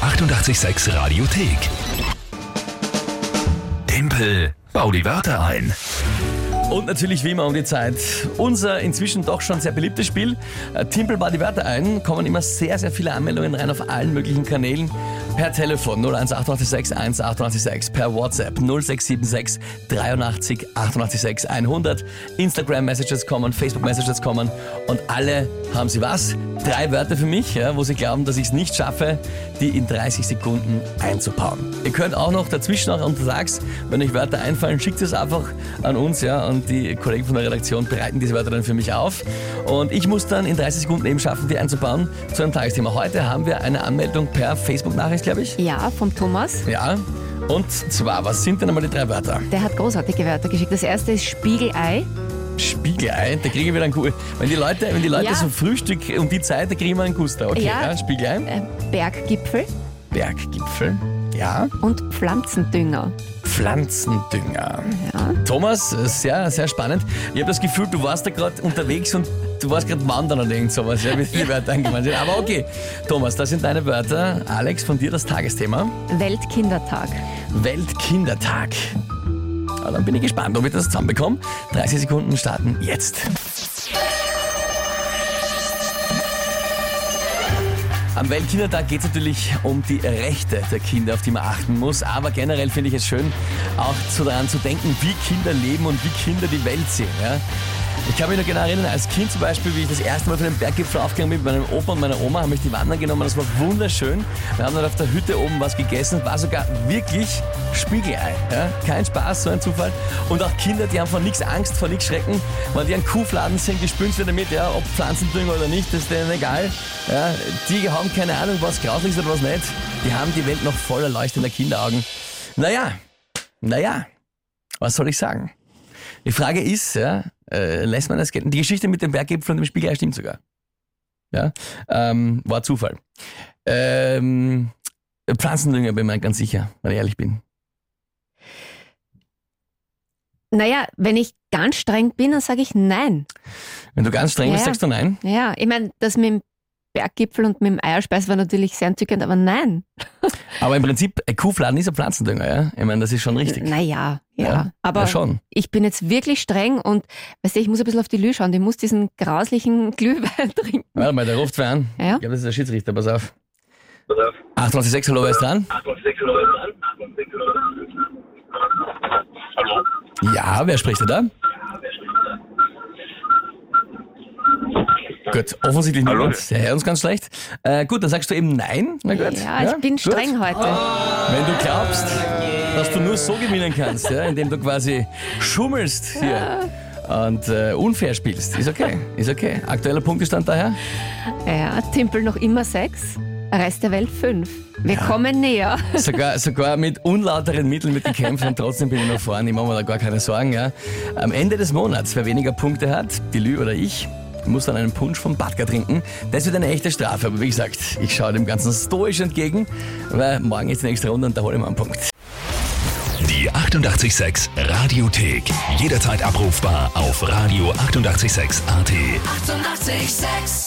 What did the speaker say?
886 Radiothek. Tempel, bau die Wörter ein. Und natürlich wie immer um die Zeit unser inzwischen doch schon sehr beliebtes Spiel. Timpel bau die Wörter ein. Kommen immer sehr, sehr viele Anmeldungen rein auf allen möglichen Kanälen. Per Telefon 01886 1886, per WhatsApp 0676 83 886 100. Instagram-Messages kommen, Facebook-Messages kommen und alle haben sie was? 3 Wörter für mich, ja, wo sie glauben, dass ich es nicht schaffe, die in 30 Sekunden einzubauen. Ihr könnt auch noch dazwischen auch untertags, wenn euch Wörter einfallen, schickt es einfach an uns, ja, und die Kollegen von der Redaktion bereiten diese Wörter dann für mich auf. Und ich muss dann in 30 Sekunden eben schaffen, die einzubauen zu einem Tagesthema. Heute haben wir eine Anmeldung per Facebook-Nachricht, glaube ich. Ja, vom Thomas. Ja, und zwar, was sind denn einmal die 3 Wörter? Der hat großartige Wörter geschickt. Das erste ist Spiegelei. Spiegelei, da kriegen wir einen Guster. Wenn die Leute Ja. so Frühstück um die Zeit, da kriegen wir einen Guster. Okay, ja, Spiegelei. Berggipfel Berggipfel, ja. und Pflanzendünger. Pflanzendünger. Ja. Thomas, sehr, sehr spannend. Ich habe das Gefühl, du warst da gerade unterwegs und du warst gerade wandern oder irgend sowas, ja, wie die Wörter eingemeint sind. Aber okay, Thomas, das sind deine Wörter. Alex, von dir das Tagesthema. Weltkindertag. Weltkindertag. Ja, dann bin ich gespannt, ob ich das zusammenbekomme. 30 Sekunden starten jetzt. Am Weltkindertag geht es natürlich um die Rechte der Kinder, auf die man achten muss. Aber generell finde ich es schön, auch daran zu denken, wie Kinder leben und wie Kinder die Welt sehen. Ja? Ich kann mich noch genau erinnern, als Kind zum Beispiel, wie ich das erste Mal von dem Berggipfel aufgegangen bin mit meinem Opa und meiner Oma, haben mich die wandern genommen. Das war wunderschön. Wir haben dann auf der Hütte oben was gegessen. War sogar wirklich Spiegelei. Ja? Kein Spaß, so ein Zufall. Und auch Kinder, die haben vor nichts Angst, vor nichts Schrecken. Wenn die an Kuhfladen sind, die spülen sie damit, ja, ob Pflanzendünger oder nicht, das ist denen egal. Ja? Die haben keine Ahnung, was grauslich ist oder was nicht. Die haben die Welt noch voller leuchtender Kinderaugen. Naja, was soll ich sagen? Die Frage ist, ja, lässt man das gelten? Die Geschichte mit dem Berggipfel und dem Spiegelei stimmt sogar. Ja, war Zufall. Pflanzendünger bin ich mir ganz sicher, wenn ich ehrlich bin. Naja, wenn ich ganz streng bin, dann sage ich nein. Wenn du ganz streng bist, sagst du nein? Ja, ich meine, das mit dem Berggipfel und mit dem Eierspeis war natürlich sehr entzückend, aber nein. Aber im Prinzip, Kuhfladen ist ein Pflanzendünger, ja? Ich meine, das ist schon richtig. Naja, ja. Aber ja, schon. Ich bin jetzt wirklich streng und weißt du, ich muss ein bisschen auf die Lü schauen. Ich muss diesen grauslichen Glühwein trinken. Warte mal, der ruft wer an. Ja? Ich glaube, das ist der Schiedsrichter, pass auf. 886, hallo, wer ist dran? Hallo? Ja, wer spricht da? Gut, offensichtlich niemand. Der hört uns ganz schlecht. Gut, dann sagst du eben nein. Na gut. Ja, ich bin streng heute. Wenn du glaubst, dass du nur so gewinnen kannst, ja, indem du quasi schummelst hier und unfair spielst, ist okay. Ist okay. Aktueller Punktestand daher? Ja, Timpel noch immer 6, Rest der Welt 5. Wir kommen näher. Sogar mit unlauteren Mitteln mit den Kämpfen und trotzdem bin ich noch vorne. Ich mache mir da gar keine Sorgen. Ja. Am Ende des Monats, wer weniger Punkte hat, die Lü oder ich, muss dann einen Punsch vom Badger trinken. Das wird eine echte Strafe, aber wie gesagt, ich schaue dem Ganzen stoisch entgegen, weil morgen ist die nächste Runde und da hole ich mal einen Punkt. Die 886 Radiothek. Jederzeit abrufbar auf radio886.at. 886! 886